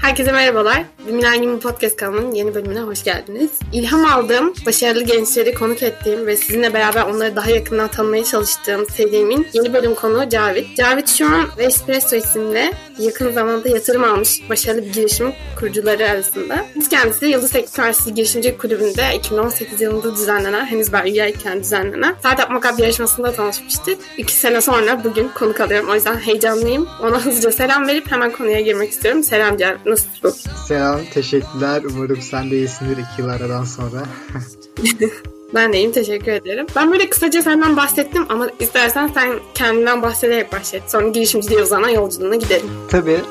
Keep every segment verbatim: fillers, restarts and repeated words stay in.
Herkese merhabalar. Bir Milenyum Podcast kanalının yeni bölümüne hoş geldiniz. İlham aldığım, başarılı gençleri konuk ettiğim ve sizinle beraber onları daha yakından tanımaya çalıştığım serimin yeni bölüm konuğu Cavit. Cavit şu an Espresso isimli yakın zamanda yatırım almış başarılı bir girişim kurucuları arasında. Biz kendisi Yıldız Teknik Üniversitesi Girişimci Kulübü'nde iki bin on sekiz yılında düzenlenen, henüz ben üyeyken düzenlenen Startup Mockup yarışmasında tanışmıştık. İki sene sonra bugün konuk alıyorum. O yüzden heyecanlıyım. Ona hızlıca selam verip hemen konuya girmek istiyorum. Selam Cavit. Nasılsın? Selam, teşekkürler. Umarım sen de iyisindir iki yıl aradan sonra. Ben de iyiyim, teşekkür ederim. Ben böyle kısaca senden bahsettim ama istersen sen kendinden bahsederek başlat. Sonra girişimciliğe uzanan yolculuğuna gidelim. Tabii.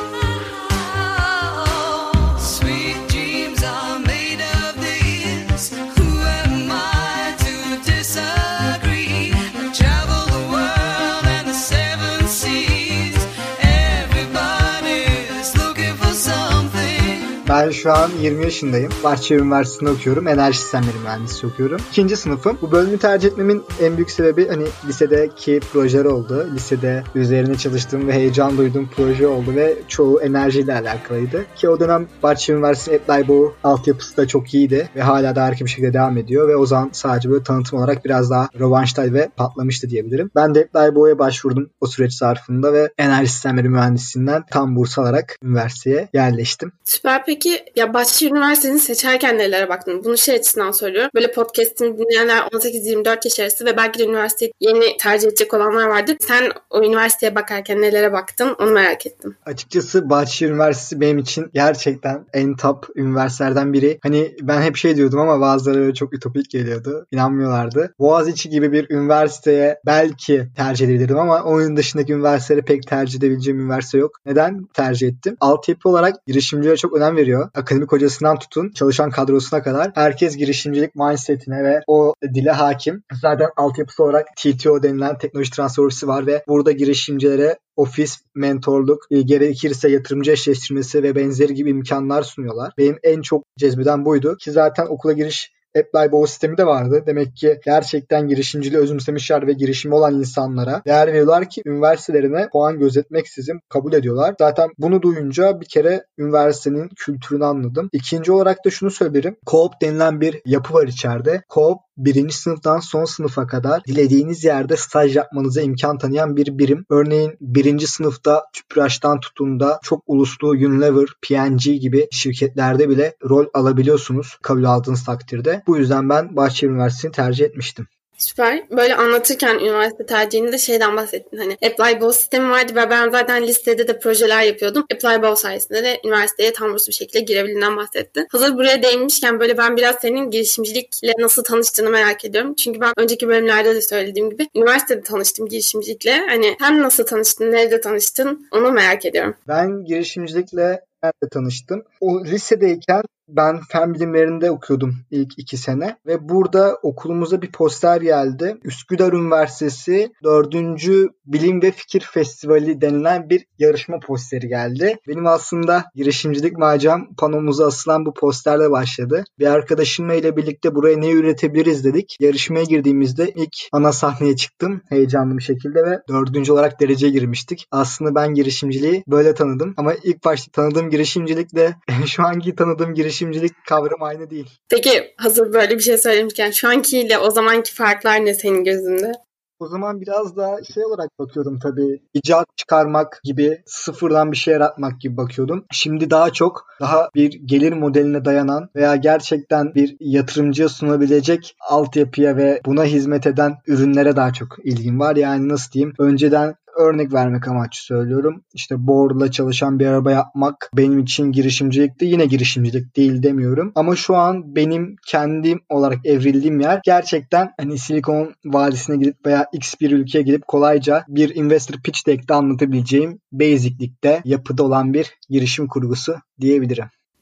Ben şu an yirmi yaşındayım. Bahçeşehir Üniversitesi'nde okuyorum. Enerji sistemleri mühendisliği okuyorum. İkinci sınıfım. Bu bölümü tercih etmemin en büyük sebebi hani lisedeki projeler oldu. Lisede üzerine çalıştığım ve heyecan duyduğum proje oldu ve çoğu enerjiyle alakalıydı. Ki o dönem Bahçeşehir Üniversitesi Apply Bow altyapısı da çok iyiydi ve hala da harika bir şekilde devam ediyor ve o zaman sadece böyle tanıtım olarak biraz daha rövanştaydı ve patlamıştı diyebilirim. Ben de Apply Bow'a başvurdum o süreç zarfında ve enerji sistemleri mühendisliğinden tam burs alarak üniversiteye yerleştim. Süper. Peki ya Bahçeşehir Üniversitesi'ni seçerken nelere baktın? Bunu şey açısından soruyorum. Böyle podcast'ini dinleyenler on sekiz yirmi dört yaş arası ve belki de üniversiteyi yeni tercih edecek olanlar vardır. Sen o üniversiteye bakarken nelere baktın? Onu merak ettim. Açıkçası Bahçeşehir Üniversitesi benim için gerçekten en top üniversitelerden biri. Hani ben hep şey diyordum ama bazıları çok ütopik geliyordu. İnanmıyorlardı. Boğaziçi gibi bir üniversiteye belki tercih edebilirdim ama onun dışındaki üniversitelere pek tercih edebileceğim üniversite yok. Neden tercih ettim? Altyapı olarak girişimcilere çok önem veriyor. Akademik hocasından tutun çalışan kadrosuna kadar herkes girişimcilik mindsetine ve o dile hakim. Zaten altyapısı olarak T T O denilen teknoloji transfer ofisi var ve burada girişimcilere ofis, mentorluk, gerekirse yatırımcı eşleştirmesi ve benzeri gibi imkanlar sunuyorlar. Benim en çok cezbeden buydu ki zaten okula giriş Apply Bow sistemi de vardı. Demek ki gerçekten girişimciliği özümsemişler ve girişimi olan insanlara değer veriyorlar ki üniversitelerine puan gözetmeksizin kabul ediyorlar. Zaten bunu duyunca bir kere üniversitenin kültürünü anladım. İkinci olarak da şunu söylerim. Co-op denilen bir yapı var içeride. Co-op birinci sınıftan son sınıfa kadar dilediğiniz yerde staj yapmanıza imkan tanıyan bir birim. Örneğin birinci sınıfta Tüpraş'tan tutun da çok uluslu Unilever, P and G gibi şirketlerde bile rol alabiliyorsunuz kabul aldığınız takdirde. Bu yüzden ben Bahçeşehir Üniversitesi'ni tercih etmiştim. Süper. Böyle anlatırken üniversite tercihinde şeyden bahsettin. Hani Apply Bow sistemi vardı ve ben zaten listede de projeler yapıyordum. Apply Bow sayesinde de üniversiteye tam burslu bir şekilde girebildiğinden bahsettin. Hazır buraya değinmişken böyle ben biraz senin girişimcilikle nasıl tanıştığını merak ediyorum. Çünkü ben önceki bölümlerde de söylediğim gibi üniversitede tanıştım girişimcilikle. Hani sen nasıl tanıştın, nerede tanıştın onu merak ediyorum. Ben girişimcilikle nerede tanıştım? O lisedeyken ben fen bilimlerinde okuyordum ilk iki sene ve burada okulumuza bir poster geldi. Üsküdar Üniversitesi dördüncü Bilim ve Fikir Festivali denilen bir yarışma posteri geldi. Benim aslında girişimcilik maceram panomuza asılan bu posterde başladı. Bir arkadaşımla ile birlikte buraya ne üretebiliriz dedik. Yarışmaya girdiğimizde ilk ana sahneye çıktım heyecanlı bir şekilde ve dördüncü olarak dereceye girmiştik. Aslında ben girişimciliği böyle tanıdım ama ilk başta tanıdığım girişimcilikle şu anki tanıdığım girişimcilik Girişimcilik kavramı aynı değil. Peki hazır böyle bir şey söylemişken şu ankiyle o zamanki farklar ne senin gözünde? O zaman biraz daha şey olarak bakıyordum tabii. İcat çıkarmak gibi, sıfırdan bir şey yaratmak gibi bakıyordum. Şimdi daha çok daha bir gelir modeline dayanan veya gerçekten bir yatırımcıya sunabilecek altyapıya ve buna hizmet eden ürünlere daha çok ilgim var. Yani nasıl diyeyim? Önceden örnek vermek amaçlı söylüyorum. İşte board'la çalışan bir araba yapmak benim için girişimcilikti. Yine girişimcilik değil demiyorum. Ama şu an benim kendim olarak evrildiğim yer gerçekten hani Silikon Vadisi'ne gidip veya X bir ülkeye gidip kolayca bir investor pitch deck'te anlatabileceğim basic'likte yapıda olan bir girişim kurgusu diyebilirim.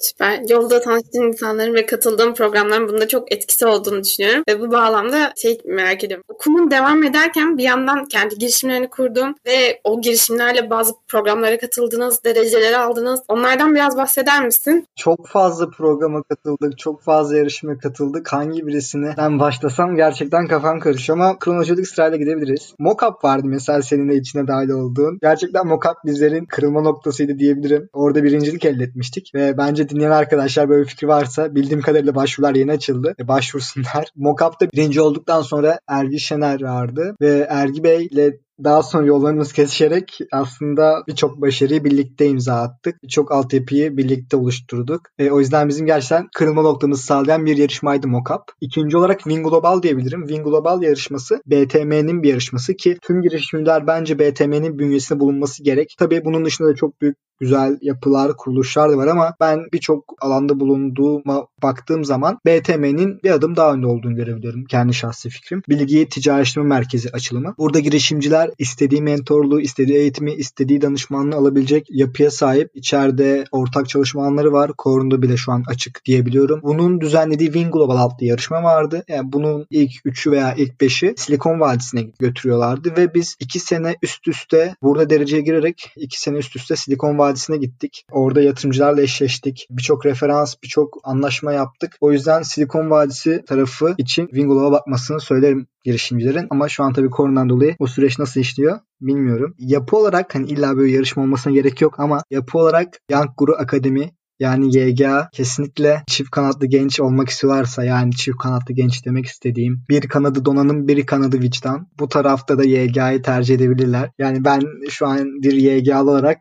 Süper. Yolda tanıştığım insanların ve katıldığım programların bunda çok etkisi olduğunu düşünüyorum. Ve bu bağlamda şey merak ediyorum. Okulun devam ederken bir yandan kendi girişimlerini kurdun ve o girişimlerle bazı programlara katıldınız, dereceleri aldınız. Onlardan biraz bahseder misin? Çok fazla programa katıldık, çok fazla yarışmaya katıldık. Hangi birisinden başlasam gerçekten kafam karışıyor ama kronolojik sırayla gidebiliriz. Mockup vardı mesela senin de içine dahil olduğun. Gerçekten Mockup bizlerin kırılma noktasıydı diyebilirim. Orada birincilik elde etmiştik ve bence dinleyen arkadaşlar böyle bir fikri varsa bildiğim kadarıyla başvurular yeni açıldı. E, başvursunlar. Mockup'ta birinci olduktan sonra Ergi Şener vardı ve Ergi Bey ile daha sonra yollarımız kesişerek aslında birçok başarıyı birlikte imza attık. Birçok altyapıyı birlikte oluşturduk. E, o yüzden bizim gerçekten kırılma noktamızı sağlayan bir yarışmaydı Mockup. İkinci olarak Win Global diyebilirim. Win Global yarışması B T M'nin bir yarışması ki tüm girişimciler bence B T M'nin bünyesinde bulunması gerek. Tabii bunun dışında da çok büyük güzel yapılar, kuruluşlar da var ama ben birçok alanda bulunduğuma baktığım zaman B T M'nin bir adım daha önde olduğunu görebiliyorum. Kendi şahsi fikrim. Bilgi Ticaretleştirme Merkezi açılımı. Burada girişimciler istediği mentorluğu, istediği eğitimi, istediği danışmanlığı alabilecek yapıya sahip. İçeride ortak çalışma alanları var. Korunda bile şu an açık diyebiliyorum. Bunun düzenlediği Win Global adlı yarışma vardı. Yani bunun ilk üçü veya ilk beşi Silikon Vadisi'ne götürüyorlardı ve biz iki sene üst üste burada dereceye girerek iki sene üst üste Silikon Vadisi'ne gittik. Orada yatırımcılarla eşleştik. Birçok referans, birçok anlaşma yaptık. O yüzden Silikon Vadisi tarafı için Win Global'a bakmasını söylerim girişimcilerin. Ama şu an tabii koronadan dolayı o süreç nasıl işliyor bilmiyorum. Yapı olarak hani illa böyle yarışma olmasına gerek yok ama yapı olarak Young Guru Akademi yani Y G A kesinlikle çift kanatlı genç olmak istiyorlarsa yani çift kanatlı genç demek istediğim bir kanadı donanım bir kanadı vicdan. Bu tarafta da Y G A'yı tercih edebilirler. Yani ben şu an bir Y G A'lı olarak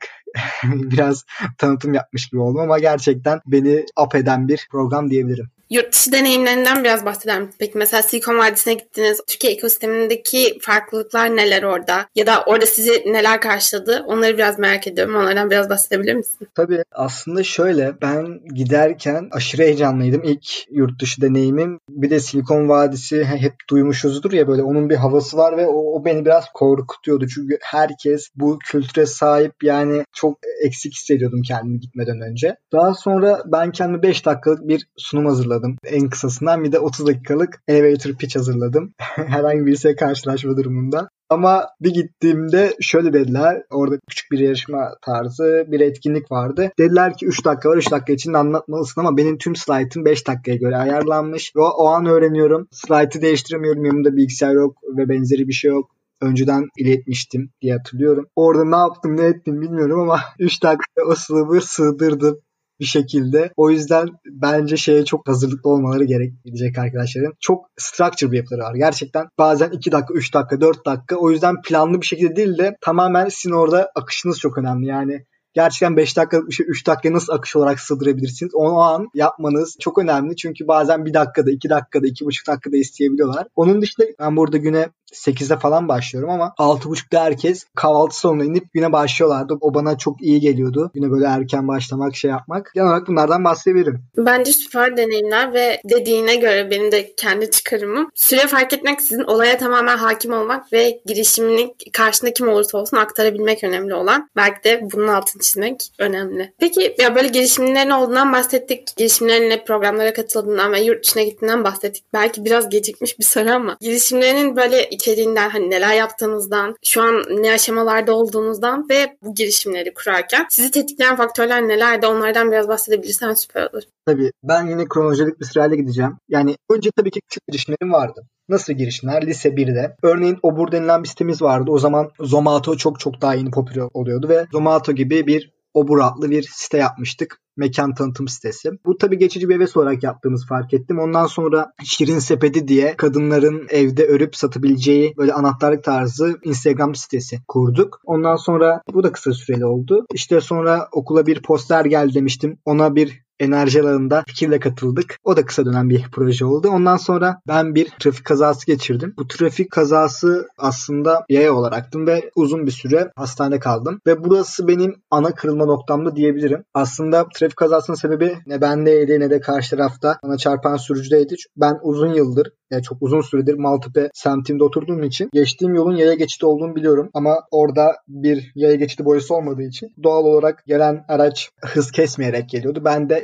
biraz tanıtım yapmış gibi oldum ama gerçekten beni up eden bir program diyebilirim. Yurt dışı deneyimlerinden biraz bahseder misiniz? Peki mesela Silikon Vadisi'ne gittiniz. Türkiye ekosistemindeki farklılıklar neler orada? Ya da orada sizi neler karşıladı? Onları biraz merak ediyorum. Onlardan biraz bahsedebilir misin? Tabii aslında şöyle ben giderken aşırı heyecanlıydım. İlk yurt dışı deneyimim. Bir de Silikon Vadisi hep duymuşuzdur ya böyle onun bir havası var ve o, o beni biraz korkutuyordu. Çünkü herkes bu kültüre sahip yani çok eksik hissediyordum kendimi gitmeden önce. Daha sonra ben kendime beş dakikalık bir sunum hazırladım. En kısasından bir de otuz dakikalık elevator pitch hazırladım. Herhangi birisiyle karşılaşma durumunda. Ama bir gittiğimde şöyle dediler. Orada küçük bir yarışma tarzı bir etkinlik vardı. Dediler ki üç dakika var. üç dakika içinde anlatmalısın ama benim tüm slaytım beş dakikaya göre ayarlanmış. Ve o, o an öğreniyorum. Slaytı değiştiremiyorum. Yanımda bilgisayar yok ve benzeri bir şey yok. Önceden iletmiştim diye hatırlıyorum. Orada ne yaptım ne ettim bilmiyorum ama üç dakika o sınavı sığdırdım bir şekilde. O yüzden bence şeye çok hazırlıklı olmaları gerekecek arkadaşların. Çok structure bir yapıları var. Gerçekten bazen iki dakika, üç dakika, dört dakika. O yüzden planlı bir şekilde değil de tamamen sizin orada akışınız çok önemli. Yani gerçekten beş dakikalık bir şey üç dakikaya nasıl akış olarak sığdırabilirsiniz? Onu o an yapmanız çok önemli. Çünkü bazen bir dakikada, iki dakikada, iki buçuk dakikada isteyebiliyorlar. Onun dışında ben burada güne sekizde falan başlıyorum ama altı buçukta herkes kahvaltı salonuna inip güne başlıyorlardı. O bana çok iyi geliyordu. Güne böyle erken başlamak, şey yapmak. Genel olarak bunlardan bahsedebilirim. Bence süper deneyimler ve dediğine göre benim de kendi çıkarımım. Süre fark etmeksizin olaya tamamen hakim olmak ve girişimini karşında kim olursa olsun aktarabilmek önemli olan. Belki de bunun altını çizmek önemli. Peki ya böyle girişimlerin olduğundan bahsettik. Girişimlerinle programlara katıldığından ve yurt dışına gittiğinden bahsettik. Belki biraz gecikmiş bir soru ama girişimlerinin böyle içeriğinden hani neler yaptığınızdan, şu an ne aşamalarda olduğunuzdan ve bu girişimleri kurarken sizi tetikleyen faktörler nelerdi? Onlardan biraz bahsedebilirsen süper olur. Tabii ben yine kronolojik bir sırayla gideceğim. Yani önce tabii ki küçük girişimlerim vardı. Nasıl girişimler? Lise birde. Örneğin Obur denilen bir sitemiz vardı. O zaman Zomato çok çok daha yeni popüler oluyordu ve Zomato gibi bir Obur adlı bir site yapmıştık. Mekan tanıtım sitesi. Bu tabii geçici bir heves olarak yaptığımızı fark ettim. Ondan sonra Şirin Sepeti diye kadınların evde örüp satabileceği böyle anahtarlık tarzı Instagram sitesi kurduk. Ondan sonra bu da kısa süreli oldu. İşte sonra okula bir poster geldi demiştim. Ona bir enerji alanında fikirle katıldık. O da kısa dönem bir proje oldu. Ondan sonra ben bir trafik kazası geçirdim. Bu trafik kazası aslında yaya olaraktım ve uzun bir süre hastanede kaldım. Ve burası benim ana kırılma noktamda diyebilirim. Aslında trafik kazasının sebebi ne bendeydi ne de karşı tarafta bana çarpan sürücüdeydi. Ben uzun yıldır, yani çok uzun süredir Maltepe semtinde oturduğum için geçtiğim yolun yaya geçidi olduğunu biliyorum. Ama orada bir yaya geçidi boyası olmadığı için doğal olarak gelen araç hız kesmeyerek geliyordu. Ben de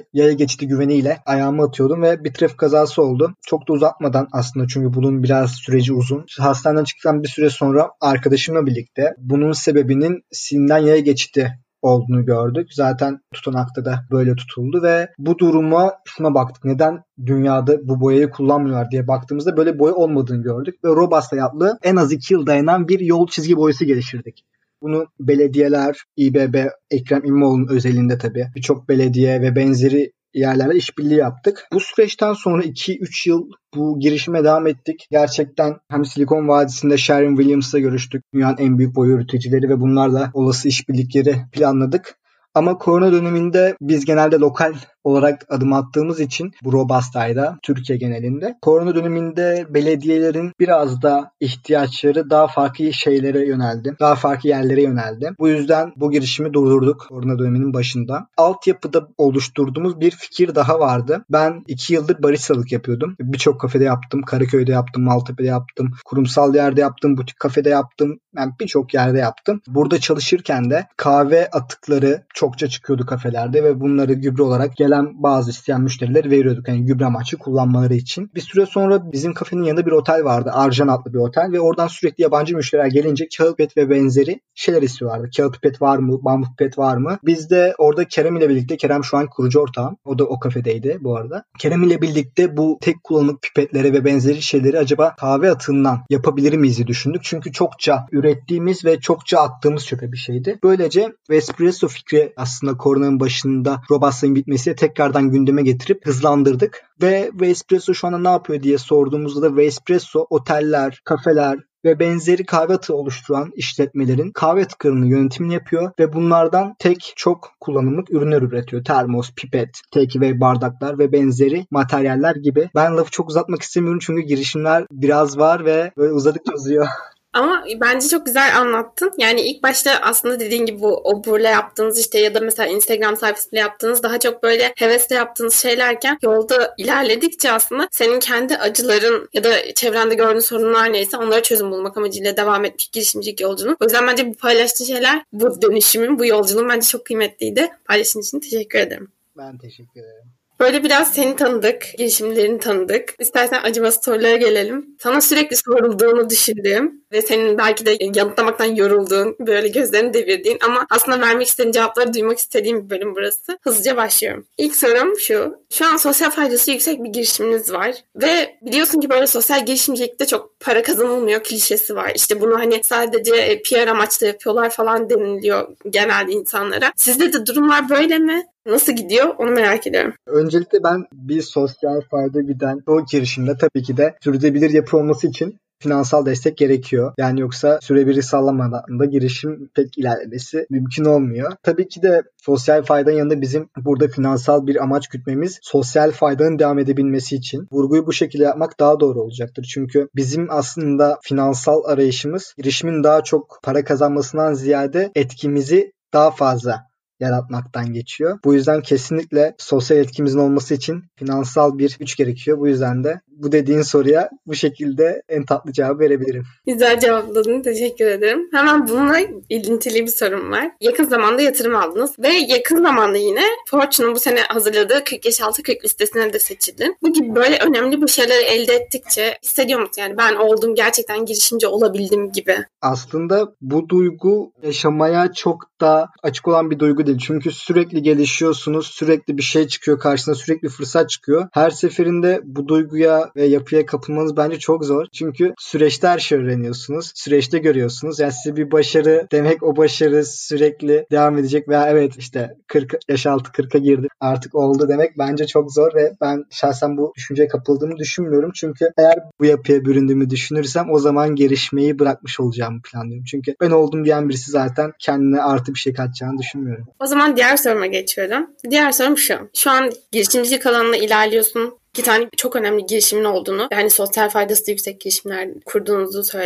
yaya geçidi güveniyle ayağımı atıyordum ve bir trafik kazası oldu. Çok da uzatmadan aslında, çünkü bunun biraz süreci uzun. Hastaneden çıktıktan bir süre sonra arkadaşımla birlikte bunun sebebinin silinen yaya geçidi olduğunu gördük. Zaten tutanakta da böyle tutuldu ve bu duruma şuna baktık. Neden dünyada bu boyayı kullanmıyorlar diye baktığımızda böyle boya olmadığını gördük ve Robasta adlı en az iki yıl dayanan bir yol çizgi boyası geliştirdik. Bunu belediyeler, İBB, Ekrem İmamoğlu'nun özelinde tabii birçok belediye ve benzeri yerlerle işbirliği yaptık. Bu süreçten sonra iki üç yıl bu girişime devam ettik. Gerçekten hem Silikon Vadisi'nde Sherwin Williams'la görüştük. Dünyanın en büyük boya üreticileri ve bunlarla olası işbirlikleri planladık. Ama korona döneminde biz genelde lokal olarak adım attığımız için bu Robasta'yla Türkiye genelinde korona döneminde belediyelerin biraz da ihtiyaçları daha farklı şeylere yöneldi. Daha farklı yerlere yöneldi. Bu yüzden bu girişimi durdurduk korona döneminin başında. Altyapıda oluşturduğumuz bir fikir daha vardı. Ben iki yıldır baristalık yapıyordum. Birçok kafede yaptım. Karaköy'de yaptım, Maltepe'de yaptım, kurumsal yerde yaptım, butik kafede yaptım. Yani birçok yerde yaptım. Burada çalışırken de kahve atıkları çokça çıkıyordu kafelerde ve bunları gübre olarak gelen bazı isteyen müşteriler veriyorduk. Yani gübre amaçlı kullanmaları için. Bir süre sonra bizim kafenin yanında bir otel vardı. Arjan adlı bir otel ve oradan sürekli yabancı müşteriler gelince kağıt pipet ve benzeri şeyler istiyorlardı. Kağıt pipet var mı? Bambu pipet var mı? Biz de orada Kerem ile birlikte, Kerem şu an kurucu ortağım. O da o kafedeydi bu arada. Kerem ile birlikte bu tek kullanımlık pipetlere ve benzeri şeyleri acaba kahve atığından yapabilir miyiz diye düşündük. Çünkü çokça ürettiğimiz ve çokça attığımız çöpe bir şeydi. Böylece Vespresso fikri aslında koronanın başında Robasta'nın bitmesiyle tekrardan gündeme getirip hızlandırdık. Ve Vespresso şu anda ne yapıyor diye sorduğumuzda da Vespresso oteller, kafeler ve benzeri kahve atığı oluşturan işletmelerin kahve atıklarının yönetimini yapıyor ve bunlardan tek çok kullanımlık ürünler üretiyor. Termos, pipet, takeaway bardaklar ve benzeri materyaller gibi. Ben lafı çok uzatmak istemiyorum çünkü girişimler biraz var ve böyle uzadıkça uzuyor. Ama bence çok güzel anlattın. Yani ilk başta aslında dediğin gibi bu Obur'la yaptığınız işte ya da mesela Instagram sayfasıyla yaptığınız daha çok böyle hevesle yaptığınız şeylerken yolda ilerledikçe aslında senin kendi acıların ya da çevrende gördüğün sorunlar neyse onlara çözüm bulmak amacıyla devam etmiş girişimcilik yolculuğun. O yüzden bence bu paylaştığın şeyler, bu dönüşümün, bu yolculuğun bence çok kıymetliydi. Paylaştığın için teşekkür ederim. Ben teşekkür ederim. Böyle biraz seni tanıdık, girişimlerini tanıdık. İstersen acımasız sorulara gelelim. Sana sürekli sorulduğunu düşündüğüm ve senin belki de yanıtlamaktan yorulduğun, böyle gözlerini devirdiğin ama aslında vermek istediğin cevapları duymak istediğim bir bölüm burası. Hızlıca başlıyorum. İlk sorum şu. Şu an sosyal faydası yüksek bir girişiminiz var ve biliyorsun ki böyle sosyal girişimcilikte çok para kazanılmıyor klişesi var. İşte bunu hani sadece P R amaçlı yapıyorlar falan deniliyor genelde insanlara. Sizde de durumlar böyle mi? Nasıl gidiyor? Onu merak ediyorum. Öncelikle ben bir sosyal fayda güden o girişimde tabii ki de sürdürülebilir yapı olması için finansal destek gerekiyor. Yani yoksa sürebilir sağlamadan da girişim pek ilerlemesi mümkün olmuyor. Tabii ki de sosyal faydanın yanında bizim burada finansal bir amaç gütmemiz sosyal faydanın devam edebilmesi için. Vurguyu bu şekilde yapmak daha doğru olacaktır. Çünkü bizim aslında finansal arayışımız girişimin daha çok para kazanmasından ziyade etkimizi daha fazla yaratmaktan geçiyor. Bu yüzden kesinlikle sosyal etkimizin olması için finansal bir güç gerekiyor. Bu yüzden de bu dediğin soruya bu şekilde en tatlı cevabı verebilirim. Güzel cevapladın. Teşekkür ederim. Hemen bununla ilintili bir sorum var. Yakın zamanda yatırım aldınız ve yakın zamanda yine Fortune'un bu sene hazırladığı kırk yaş altı kırk listesine de seçildin. Bu gibi böyle önemli başarıları elde ettikçe hissediyor musun? Yani ben oldum, gerçekten girişimci olabildim gibi. Aslında bu duygu yaşamaya çok da açık olan bir duygu değil. Çünkü sürekli gelişiyorsunuz, sürekli bir şey çıkıyor karşısına, sürekli fırsat çıkıyor. Her seferinde bu duyguya ve yapıya kapılmanız bence çok zor. Çünkü süreçte her şey öğreniyorsunuz. Süreçte görüyorsunuz. Yani size bir başarı demek, o başarı sürekli devam edecek veya evet işte kırk yaş altı kırka girdi artık oldu demek bence çok zor ve ben şahsen bu düşünceye kapıldığımı düşünmüyorum. Çünkü eğer bu yapıya büründüğümü düşünürsem o zaman gelişmeyi bırakmış olacağımı planlıyorum. Çünkü ben oldum diyen birisi zaten kendine artı bir şey katacağını düşünmüyorum. O zaman diğer soruma geçiyorum. Diğer sorum şu. Şu an girişimcilik alanında ilerliyorsun. İki tane çok önemli girişimin olduğunu, yani sosyal faydası yüksek girişimler kurduğunuzu söyledin.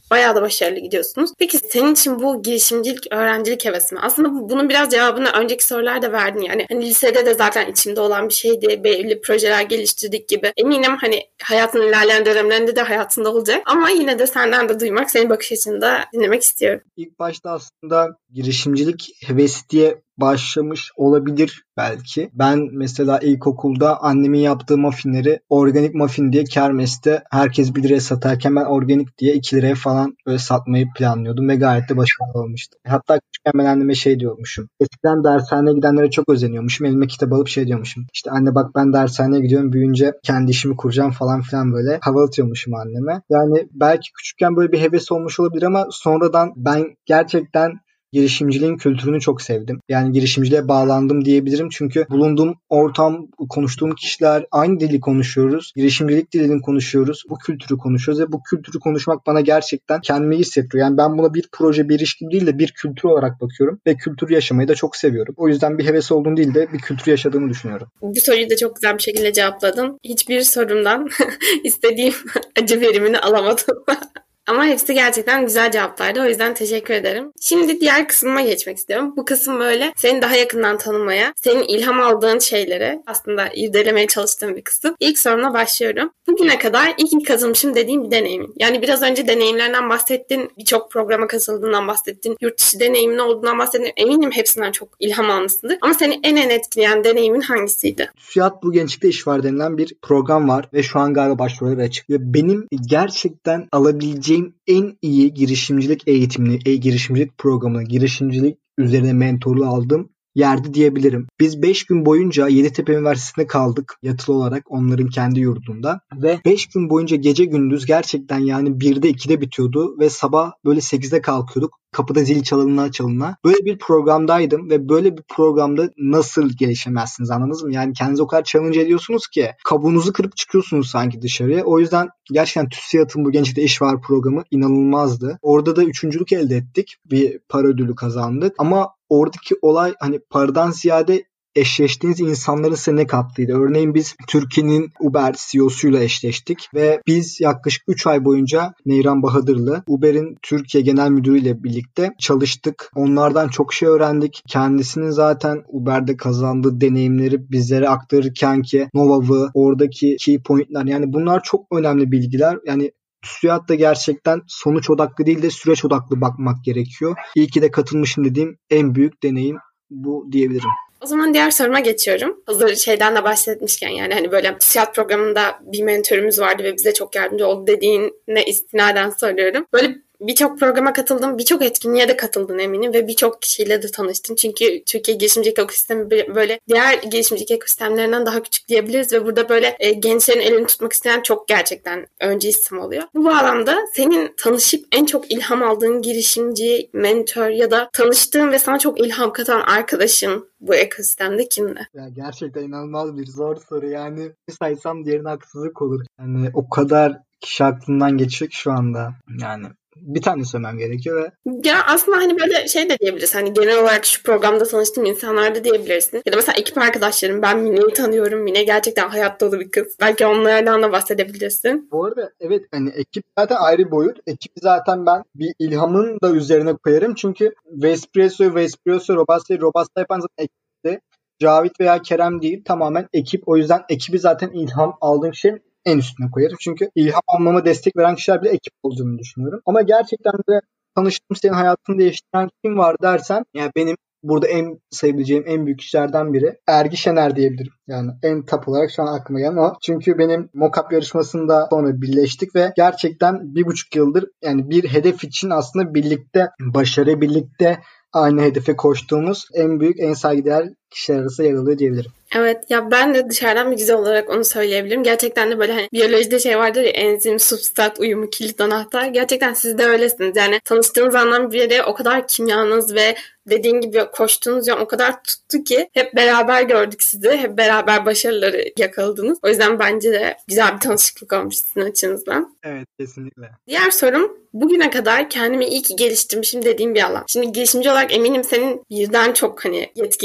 Bayağı da başarılı gidiyorsunuz. Peki senin için bu girişimcilik, öğrencilik hevesi mi? Aslında bunun biraz cevabını önceki sorularda verdin yani. Hani lisede de zaten içimde olan bir şeydi. Belli projeler geliştirdik gibi. Eminim hani hayatın ilerleyen dönemlerinde de hayatında olacak. Ama yine de senden de duymak, senin bakış açını da dinlemek istiyorum. İlk başta aslında girişimcilik hevesi diye başlamış olabilir belki. Ben mesela ilkokulda annemin yaptığı muffinleri organik muffin diye kermeste herkes bir liraya satarken ben organik diye iki liraya falan böyle satmayı planlıyordum ve gayet de başarılı olmuştu. Hatta küçükken ben anneme şey diyormuşum. Eskiden dershaneye gidenlere çok özeniyormuşum. Elime kitap alıp şey diyormuşum. İşte anne bak ben dershaneye gidiyorum. Büyüyünce kendi işimi kuracağım falan filan böyle hava atıyormuşum anneme. Yani belki küçükken böyle bir heves olmuş olabilir ama sonradan ben gerçekten girişimciliğin kültürünü çok sevdim. Yani girişimciliğe bağlandım diyebilirim. Çünkü bulunduğum ortam, konuştuğum kişiler, aynı dili konuşuyoruz. Girişimcilik dilini konuşuyoruz. Bu kültürü konuşuyoruz ve bu kültürü konuşmak bana gerçekten kendimi iyi hissettiriyor. Yani ben buna bir proje, bir iş gibi değil de bir kültür olarak bakıyorum ve kültürü yaşamayı da çok seviyorum. O yüzden bir heves olduğunu değil de bir kültür yaşadığımı düşünüyorum. Bu soruyu da çok güzel bir şekilde cevapladın. Hiçbir sorumdan istediğim acı verimini alamadım. Ama hepsi gerçekten güzel cevaplardı. O yüzden teşekkür ederim. Şimdi diğer kısmıma geçmek istiyorum. Bu kısım böyle seni daha yakından tanımaya, senin ilham aldığın şeylere aslında irdelemeye çalıştığım bir kısım. İlk sorumla başlıyorum. Bugüne kadar ilk katılmışım dediğin bir deneyimin. Yani biraz önce deneyimlerinden bahsettin. Birçok programa katıldığından bahsettin. Yurt dışı deneyimin olduğundan bahsettin. Eminim hepsinden çok ilham almışsındır. Ama seni en en etkileyen deneyimin hangisiydi? TÜSİAD Bu Gençlikte İş Var denilen bir program var ve şu an galiba başvuruları açık. Ve benim gerçekten alabileceğim en iyi girişimcilik eğitimini, e, girişimcilik programını, girişimcilik üzerine mentorluğu aldığım yerde diyebilirim. Biz beş gün boyunca Yeditepe Üniversitesi'nde kaldık yatılı olarak onların kendi yurdunda ve beş gün boyunca gece gündüz gerçekten yani birde ikide bitiyordu ve sabah böyle sekizde kalkıyorduk. Kapıda zil çalına çalına. Böyle bir programdaydım ve böyle bir programda nasıl gelişemezsiniz, anladınız mı? Yani kendinizi o kadar challenge ediyorsunuz ki kabuğunuzu kırıp çıkıyorsunuz sanki dışarıya. O yüzden gerçekten TÜSİAD'ın Bu Gençlikte İş Var programı inanılmazdı. Orada da üçüncülük elde ettik. Bir para ödülü kazandık. Ama oradaki olay hani paradan ziyade eşleştiğiniz insanların size ne kattıydı. Örneğin biz Türkiye'nin Uber C E O'suyla eşleştik ve biz yaklaşık üç ay boyunca Neyran Bahadırlı Uber'in Türkiye Genel Müdürü ile birlikte çalıştık. Onlardan çok şey öğrendik. Kendisinin zaten Uber'de kazandığı deneyimleri bizlere aktarırken ki Nova'vı, oradaki key point'ler, yani bunlar çok önemli bilgiler. Yani TÜSİAD da gerçekten sonuç odaklı değil de süreç odaklı bakmak gerekiyor. İyi ki de katılmışım dediğim en büyük deneyim bu diyebilirim. O zaman diğer soruma geçiyorum. Hazır şeyden de bahsetmişken yani hani böyle TÜSİAD programında bir mentörümüz vardı ve bize çok yardımcı oldu dediğine istinaden soruyorum. Böyle birçok programa katıldım, birçok etkinliğe de katıldın eminim ve birçok kişiyle de tanıştın. Çünkü Türkiye girişimcilik ekosistemi böyle diğer girişimcilik ekosistemlerinden daha küçük diyebiliriz ve burada böyle e, gençlerin elini tutmak isteyen çok gerçekten öncü isim oluyor. Bu bağlamda senin tanışıp en çok ilham aldığın girişimci, mentor ya da tanıştığın ve sana çok ilham katan arkadaşın bu ekosistemde kimdi? Ya gerçekten inanılmaz bir zor soru. Yani bir saysam diğerine haksızlık olur. Yani o kadar kişi aklımdan geçiyor ki şu anda. Yani bir tane söylemem gerekiyor ve... Ya aslında hani böyle şey de diyebiliriz. Hani genel olarak şu programda tanıştığım insanlar da diyebilirsin. Ya da mesela ekip arkadaşlarım. Ben Mine'yi tanıyorum. Mine gerçekten hayat dolu bir kız. Belki onlardan da bahsedebilirsin. Bu arada evet, hani ekip zaten ayrı boyut. Ekibi zaten ben bir ilhamın da üzerine koyarım. Çünkü Vespresso, Vespresso, Robusta, Robusta yapan zaten ekipti. Cavit veya Kerem değil, tamamen ekip. O yüzden ekibi zaten ilham aldığım şeyin en üstüne koyarım. Çünkü ilham almama destek veren kişiler bile ekip olduğunu düşünüyorum. Ama gerçekten de tanıştığım, senin hayatını değiştiren kim var dersen, yani benim burada en sayabileceğim en büyük kişilerden biri Ergi Şener diyebilirim. Yani en top olarak şu an aklıma gelen o. Çünkü benim mock-up yarışmasında sonra birleştik ve gerçekten bir buçuk yıldır yani bir hedef için aslında birlikte, başarı birlikte aynı hedefe koştuğumuz en büyük, en saygıdeğer kişiler arasında yer alıyor diyebilirim. Evet ya, ben de dışarıdan bir güzel olarak onu söyleyebilirim. Gerçekten de böyle hani biyolojide şey vardır ya, enzim, substrat uyumu, kilit anahtar. Gerçekten siz de öylesiniz. Yani tanıştığınız andan beri o kadar kimyanız ve dediğin gibi koştuğunuz yol o kadar tuttu ki hep beraber gördük sizi. Hep beraber başarıları yakaladınız. O yüzden bence de güzel bir tanışıklık olmuş sizin açınızdan. Evet, kesinlikle. Diğer sorum, bugüne kadar kendimi iyi ki geliştirmişim dediğim bir alan. Şimdi girişimci olarak eminim senin birden çok hani yetkinliğin var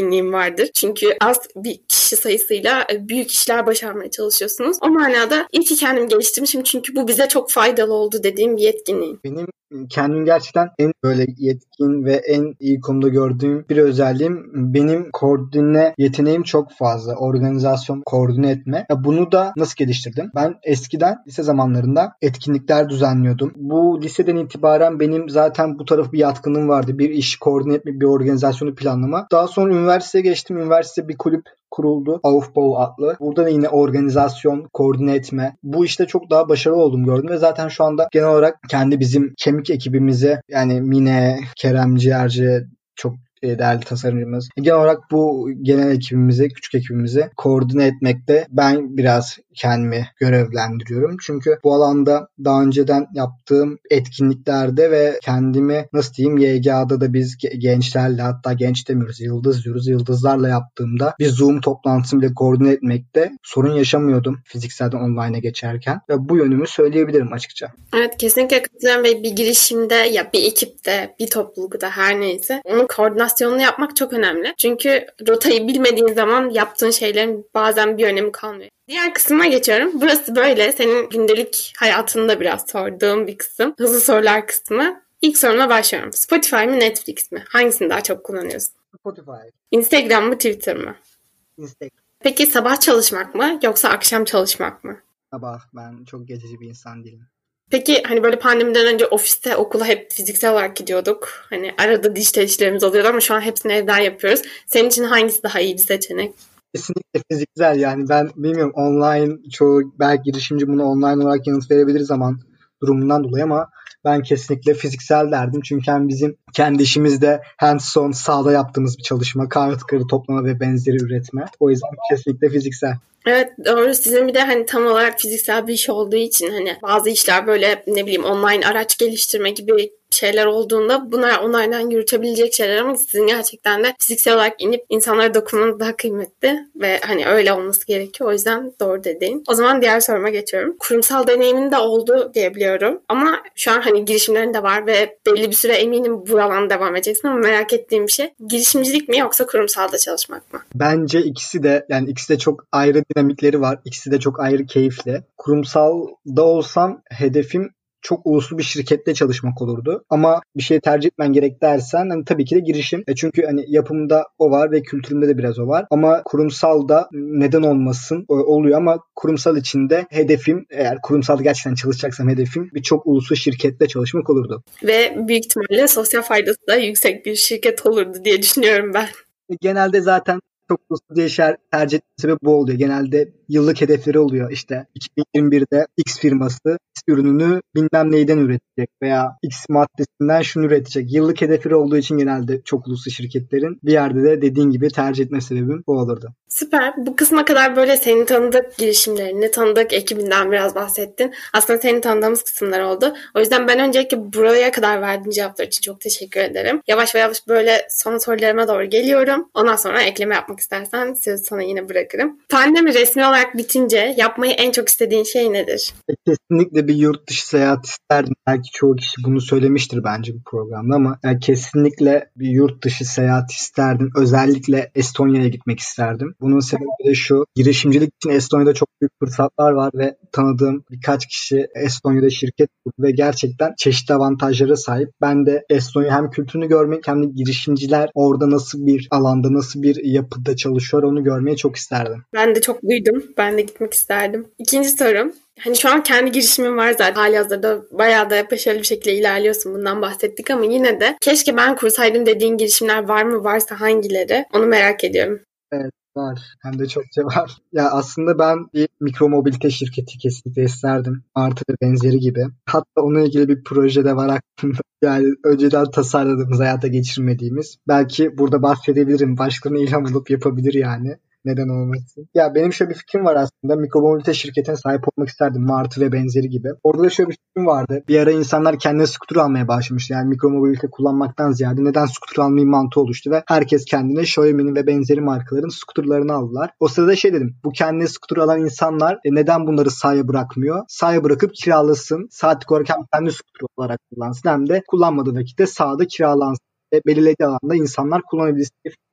vardır. Çünkü az bir kişi sayısıyla büyük işler başarmaya çalışıyorsunuz. O manada iyi ki kendimi geliştirmişim çünkü bu bize çok faydalı oldu dediğim bir yetkinliğim. Benim kendim gerçekten en böyle yetkin ve en iyi konuda gördüğüm bir özelliğim, benim koordine yeteneğim çok fazla. Organizasyon, koordine etme. Ya bunu da nasıl geliştirdim? Ben eskiden lise zamanlarında etkinlikler düzenliyordum. Bu liseden itibaren benim zaten bu taraf bir yatkınlığım vardı. Bir iş koordine etme, bir organizasyonu planlama. Daha sonra üniversiteye geçtim. Üniversite bir kulüp kuruldu. Aufbau adlı. Burada da yine organizasyon, koordine etme. Bu işte çok daha başarılı olduğumu gördüm ve zaten şu anda genel olarak kendi bizim kemik ekibimize, yani Mine, Kerem Ciğerci, çok değerli tasarımcımız. Genel olarak bu genel ekibimizi, küçük ekibimizi koordine etmekte ben biraz kendimi görevlendiriyorum. Çünkü bu alanda daha önceden yaptığım etkinliklerde ve kendimi nasıl diyeyim Y G A'da da biz gençlerle, hatta genç demiyoruz, yıldız diyoruz, yıldızlarla yaptığımda bir Zoom toplantısını bile koordine etmekte sorun yaşamıyordum fizikselden online'a geçerken. Ve bu yönümü söyleyebilirim açıkça. Evet, kesinlikle katılıyorum ve bir girişimde ya bir ekipte, bir toplulukta her neyse onun koordinasyonunu yapmak çok önemli. Çünkü rotayı bilmediğin zaman yaptığın şeylerin bazen bir önemi kalmıyor. Diğer kısmına geçiyorum. Burası böyle senin gündelik hayatında biraz sorduğum bir kısım. Hızlı sorular kısmı. İlk soruma başlıyorum. Spotify mı, Netflix mi? Hangisini daha çok kullanıyorsun? Spotify. Instagram mı, Twitter mı? Instagram. Peki sabah çalışmak mı yoksa akşam çalışmak mı? Sabah. Ben çok gececi bir insan değilim. Peki hani böyle pandemiden önce ofiste, okula hep fiziksel olarak gidiyorduk. Hani arada dijital işlerimiz oluyordu ama şu an hepsini evden yapıyoruz. Senin için hangisi daha iyi bir seçenek? Kesinlikle fiziksel, yani ben bilmiyorum, online çoğu belki girişimci bunu online olarak yanıt verebilir zaman durumundan dolayı ama ben kesinlikle fiziksel derdim. Çünkü hem bizim kendi işimizde hands-on sahada yaptığımız bir çalışma, kartları toplama ve benzeri üretme. O yüzden kesinlikle fiziksel. Evet, doğru. Sizin bir de hani tam olarak fiziksel bir iş olduğu için hani bazı işler böyle ne bileyim online araç geliştirme gibi şeyler olduğunda bunlar online'dan yürütebilecek şeyler ama sizin gerçekten de fiziksel olarak inip insanlara dokunmanız daha kıymetli ve hani öyle olması gerekiyor. O yüzden doğru dediğin. O zaman diğer soruma geçiyorum. Kurumsal deneyimin de oldu diyebiliyorum ama şu an hani girişimlerin de var ve belli bir süre eminim bu alanda devam edeceksin ama merak ettiğim bir şey. Girişimcilik mi yoksa kurumsalda çalışmak mı? Bence ikisi de, yani ikisi de çok ayrı dinamikleri var. İkisi de çok ayrı keyifli. Kurumsalda olsam hedefim çok uluslu bir şirkette çalışmak olurdu. Ama bir şey tercih etmen gerek dersen hani tabii ki de girişim. E çünkü hani yapımda o var ve kültürümde de biraz o var. Ama kurumsalda neden olmasın oluyor ama kurumsal içinde hedefim, eğer kurumsalda gerçekten çalışacaksam hedefim birçok uluslu şirkette çalışmak olurdu. Ve büyük ihtimalle sosyal faydası da yüksek bir şirket olurdu diye düşünüyorum ben. Genelde zaten çok uluslu diye tercih etme sebebi bu oluyor. Genelde yıllık hedefleri oluyor. İşte iki bin yirmi birde X firması X ürününü bilmem neyden üretecek veya X maddesinden şunu üretecek. Yıllık hedefleri olduğu için genelde çok uluslu şirketlerin bir yerde de dediğin gibi tercih etme sebebim bu olurdu. Süper. Bu kısma kadar böyle seni tanıdık girişimlerini, tanıdık ekibinden biraz bahsettin. Aslında seni tanıdığımız kısımlar oldu. O yüzden ben öncelikle buraya kadar verdiğin cevaplar için çok teşekkür ederim. Yavaş yavaş böyle son sorularıma doğru geliyorum. Ondan sonra ekleme yapmak istersen sözü sana yine bırakırım. Pandemi resmi olarak bitince yapmayı en çok istediğin şey nedir? Kesinlikle bir yurt dışı seyahat isterdim. Belki çoğu kişi bunu söylemiştir bence bu programda ama yani kesinlikle bir yurt dışı seyahat isterdim. Özellikle Estonya'ya gitmek isterdim. Bunun sebebi de şu: girişimcilik için Estonya'da çok büyük fırsatlar var ve tanıdığım birkaç kişi Estonya'da şirket kurdu ve gerçekten çeşitli avantajlara sahip. Ben de Estonya hem kültürünü görmek hem de girişimciler orada nasıl bir alanda, nasıl bir yapıda çalışıyor onu görmeyi çok isterdim. Ben de çok duydum. Ben de gitmek isterdim. İkinci sorum. Hani şu an kendi girişimin var zaten. Halihazırda bayağı da başarılı bir şekilde ilerliyorsun. Bundan bahsettik ama yine de keşke ben kursaydım dediğin girişimler var mı? Varsa hangileri? Onu merak ediyorum. Evet. Var. Hem de çokça var. Ya aslında ben bir mikro mobilite şirketi kesinlikle isterdim. Artı ve benzeri gibi. Hatta onunla ilgili bir proje de var aklımda. Yani önceden tasarladığımız, hayata geçirmediğimiz. Belki burada bahsedebilirim. Başkalarına ilham bulup yapabilir yani. Neden olmasın? Ya benim şöyle bir fikrim var aslında. Mikromobilite şirketine sahip olmak isterdim. Martı ve benzeri gibi. Orada da şöyle bir fikrim vardı. Bir ara insanlar kendine scooter almaya başlamış. Yani mikromobilite kullanmaktan ziyade neden scooter almayayım mantığı oluştu ve herkes kendine Xiaomi'nin ve benzeri markaların scooterlarını aldılar. O sırada şey dedim. Bu kendine scooter alan insanlar e, neden bunları sahaya bırakmıyor? Sahaya bırakıp kiralasın. Saatlik olarak hem kendi scooter olarak kullansın hem de kullanmadığı vakitte sahada kiralansın ve belirlediği alanda insanlar kullanabilsin.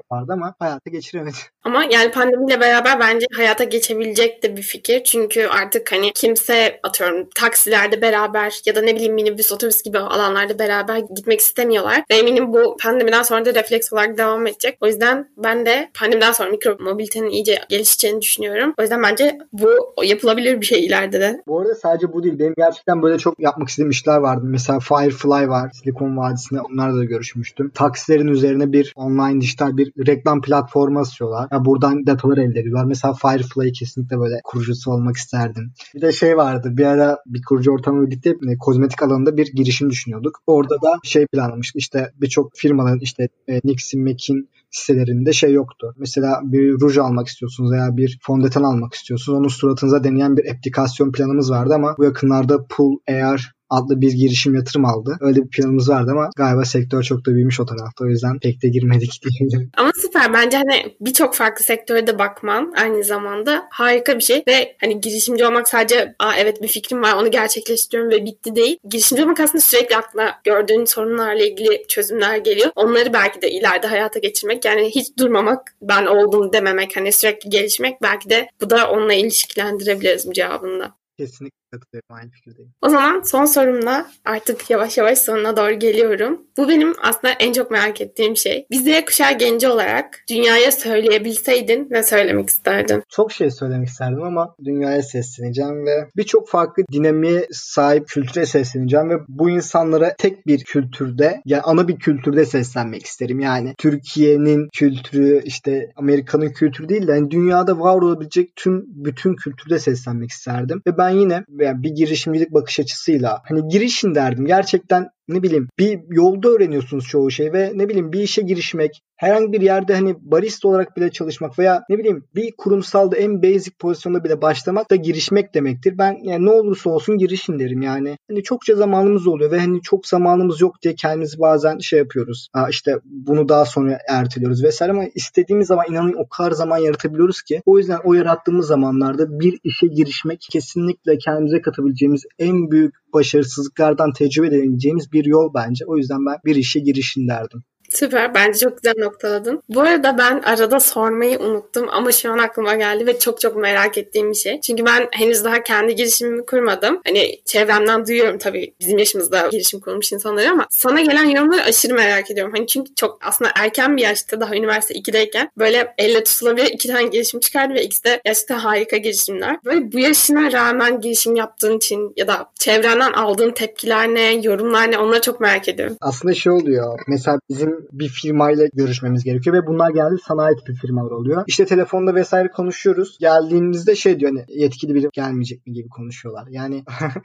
vardı ama hayata geçiremedi. Ama yani pandemiyle beraber bence hayata geçebilecek de bir fikir. Çünkü artık hani kimse atıyorum taksilerde beraber ya da ne bileyim minibüs, otobüs gibi alanlarda beraber gitmek istemiyorlar. Ve eminim bu pandemiden sonra da refleks olarak devam edecek. O yüzden ben de pandemiden sonra mikro mobilitenin iyice gelişeceğini düşünüyorum. O yüzden bence bu yapılabilir bir şey ileride de. Bu arada sadece bu değil. Benim gerçekten böyle çok yapmak istediğim işler vardı. Mesela Firefly var. Silikon Vadisi'nde onlarla da görüşmüştüm. Taksilerin üzerine bir online dijital bir reklam platformu asıyorlar. Yani buradan datalar elde ediyorlar. Mesela Firefly'ı kesinlikle böyle kurucusu olmak isterdim. Bir de şey vardı. Bir ara bir kurucu ortamı birlikte kozmetik alanında bir girişim düşünüyorduk. Orada da şey planlamıştık. İşte birçok firmaların işte e, Nixon, Mac'in sitelerinde şey yoktu. Mesela bir ruj almak istiyorsunuz veya bir fondöten almak istiyorsunuz. Onu suratınıza deneyen bir aplikasyon planımız vardı ama bu yakınlarda Pool A R adlı bir girişim yatırım aldı. Öyle bir planımız vardı ama galiba sektör çok da büyümüş o tarafta. O yüzden pek de girmedik diyebilirim. Ama süper. Bence hani birçok farklı sektöre de bakman aynı zamanda harika bir şey ve hani girişimci olmak sadece aa evet bir fikrim var onu gerçekleştiriyorum ve bitti değil. Girişimci olmak aslında sürekli aklına gördüğün sorunlarla ilgili çözümler geliyor. Onları belki de ileride hayata geçirmek yani hiç durmamak ben oldum dememek hani sürekli gelişmek belki de bu da onunla ilişkilendirebiliriz bu cevabında. Kesinlikle katılıyorum. Aynı fikirdeyim. O zaman son sorumla artık yavaş yavaş sonuna doğru geliyorum. Bu benim aslında en çok merak ettiğim şey. Bir Z kuşağı genci olarak dünyaya söyleyebilseydin ne söylemek isterdin? Çok şey söylemek isterdim ama dünyaya sesleneceğim ve birçok farklı dinamiğe sahip kültüre sesleneceğim ve bu insanlara tek bir kültürde yani ana bir kültürde seslenmek isterim. Yani Türkiye'nin kültürü işte Amerika'nın kültürü değil de yani dünyada var olabilecek tüm bütün kültürde seslenmek isterdim. Ve ben yine yani bir girişimcilik bakış açısıyla hani girişin derdim. Gerçekten ne bileyim bir yolda öğreniyorsunuz çoğu şey ve ne bileyim bir işe girişmek, herhangi bir yerde hani barista olarak bile çalışmak veya ne bileyim bir kurumsalda en basic pozisyonda bile başlamak da girişmek demektir. Ben yani ne olursa olsun girişin derim yani. Hani çokça zamanımız oluyor ve hani çok zamanımız yok diye kendimizi bazen şey yapıyoruz. Aa işte bunu daha sonra erteliyoruz vesaire ama istediğimiz zaman inanın o kadar zaman yaratabiliyoruz ki. O yüzden o yarattığımız zamanlarda bir işe girişmek kesinlikle kendimize katabileceğimiz en büyük başarısızlıklardan tecrübe edebileceğimiz bir yol bence. O yüzden ben bir işe girişin derdim. Süper. Bence çok güzel noktaladın. Bu arada ben arada sormayı unuttum ama şu an aklıma geldi ve çok çok merak ettiğim bir şey. Çünkü ben henüz daha kendi girişimimi kurmadım. Hani çevremden duyuyorum tabii bizim yaşımızda girişim kurmuş insanları ama sana gelen yorumları aşırı merak ediyorum. Hani çünkü çok aslında erken bir yaşta daha üniversite ikideyken böyle elle tutulabilir iki tane girişim çıkardı ve ikisi de gerçekten harika girişimler. Böyle bu yaşına rağmen girişim yaptığın için ya da çevrenden aldığın tepkiler ne, yorumlar ne onları çok merak ediyorum. Aslında şey oluyor. Mesela bizim bir firmayla görüşmemiz gerekiyor ve bunlar genelde sanayi tipi firmalar oluyor. İşte telefonda vesaire konuşuyoruz. Geldiğimizde şey diyor hani yetkili biri gelmeyecek mi gibi konuşuyorlar. Yani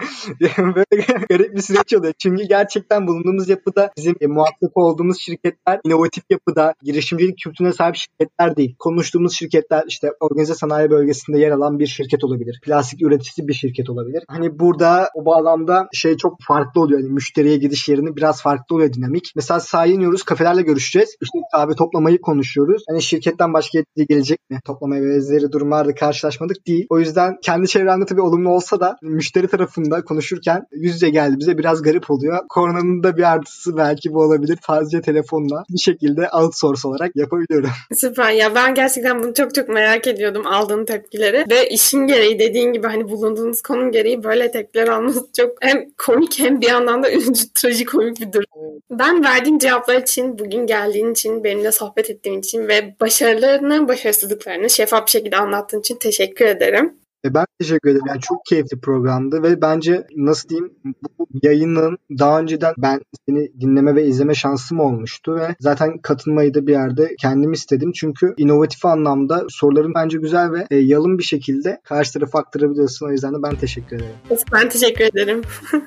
böyle garip bir süreç oluyor. Çünkü gerçekten bulunduğumuz yapıda bizim e, muhatap olduğumuz şirketler inovatif yapıda girişimcilik kültürüne sahip şirketler değil. Konuştuğumuz şirketler işte organize sanayi bölgesinde yer alan bir şirket olabilir. Plastik üreticisi bir şirket olabilir. Hani burada o bağlamda şey çok farklı oluyor. Yani müşteriye gidiş yerini biraz farklı oluyor dinamik. Mesela sahaya iniyoruz. Kafelerle görüşeceğiz. İşte kahve toplamayı konuşuyoruz. Hani şirketten başka yetkili gelecek mi? Toplamaya benzeri durumlarda karşılaşmadık değil. O yüzden kendi çevremde tabii olumlu olsa da müşteri tarafında konuşurken yüz yüze geldi bize biraz garip oluyor. Koronanın da bir artısı belki bu olabilir. Sadece telefonla bir şekilde outsource olarak yapabiliyorum. Süper. Ya ben gerçekten bunu çok çok merak ediyordum aldığın tepkileri ve işin gereği dediğin gibi hani bulunduğunuz konum gereği böyle tepkiler alması çok hem komik hem bir yandan da üzücü, trajikomik bir durum. Ben verdiğim cevaplar için, bugün geldiğin için, benimle sohbet ettiğin için ve başarılarını, başarısızlıklarını şeffaf bir şekilde anlattığın için teşekkür ederim. E ben teşekkür ederim. Yani çok keyifli programdı ve bence nasıl diyeyim bu yayının daha önceden ben seni dinleme ve izleme şansım olmuştu ve zaten katılmayı da bir yerde kendim istedim. Çünkü inovatif anlamda soruların bence güzel ve e, yalın bir şekilde karşı tarafa aktarabiliyorsun. O yüzden de ben teşekkür ederim. Ben teşekkür ederim.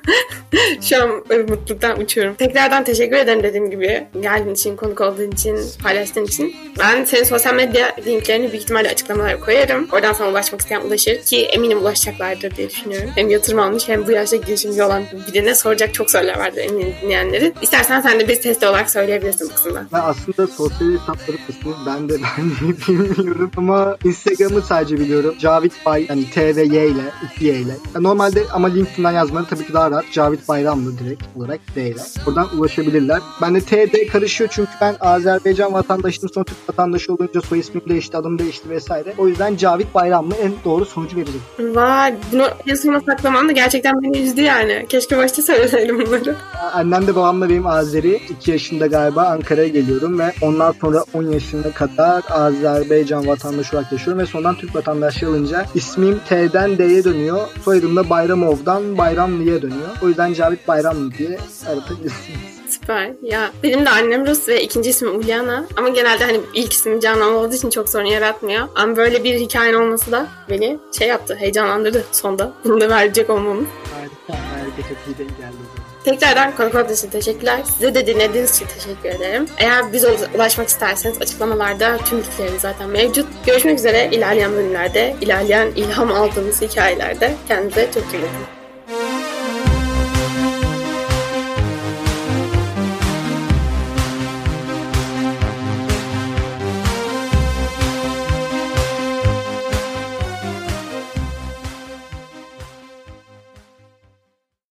Şu an mutluluktan uçuyorum. Tekrardan teşekkür ederim dediğim gibi. Geldiğin için, konuk olduğun için, paylaştığın için. Ben senin sosyal medya linklerini büyük ihtimalle açıklamalara koyarım. Oradan sana ulaşmak isteyen ulaşır. ki eminim ulaşacaklardır diye düşünüyorum. Hem yatırım almış hem bu yaşta girişimci olan birine soracak çok sorular vardır eminim dinleyenlerin. İstersen sen de bir test olarak söyleyebilirsin bu kısımda. Ben aslında sosyal hesapları kısmı ben de ben de bilmiyorum ama Instagram'ı sadece biliyorum. Cavit Bay, yani T ve Y ile, iki Y ile. Yani normalde ama LinkedIn'den yazmaları tabii ki daha rahat. Cavit Bayramlı direkt olarak D ile. Buradan ulaşabilirler. Ben de T D karışıyor çünkü ben Azerbaycan vatandaşıyım, sonra Türk vatandaşı olunca soy ismim değişti, adım değişti vesaire. O yüzden Cavit Bayramlı en doğru sonucu verecek. Vay, bunu en sona saklaman da gerçekten beni üzdü yani. Keşke başta söyleseydim bunları. Annem de babam da benim Azeri. iki yaşında galiba Ankara'ya geliyorum ve ondan sonra on yaşına kadar Azerbaycan vatandaşı olarak yaşıyorum ve sonradan Türk vatandaşı alınca ismim T'den D'ye dönüyor. Soyadım da Bayramov'dan Bayramlı'ya dönüyor. O yüzden Cavit Bayramlı diye aratabilirsiniz. Süper. Ya benim de annem Rus ve ikinci ismim Ulyana. Ama genelde hani ilk ismim Canan olduğu için çok sorun yaratmıyor. Ama böyle bir hikayen olması da beni şey yaptı, heyecanlandırdı sonda. Bunu da verecek olmamız. Harika, harika, çok iyi denk geldi. Tekrardan konuk için teşekkürler. Size de dinlediğiniz için teşekkür ederim. Eğer bize ulaşmak isterseniz açıklamalarda tüm bilgilerimiz zaten mevcut. Görüşmek üzere ilerleyen bölümlerde, ilerleyen ilham aldığımız hikayelerde. Kendinize çok iyi bakın.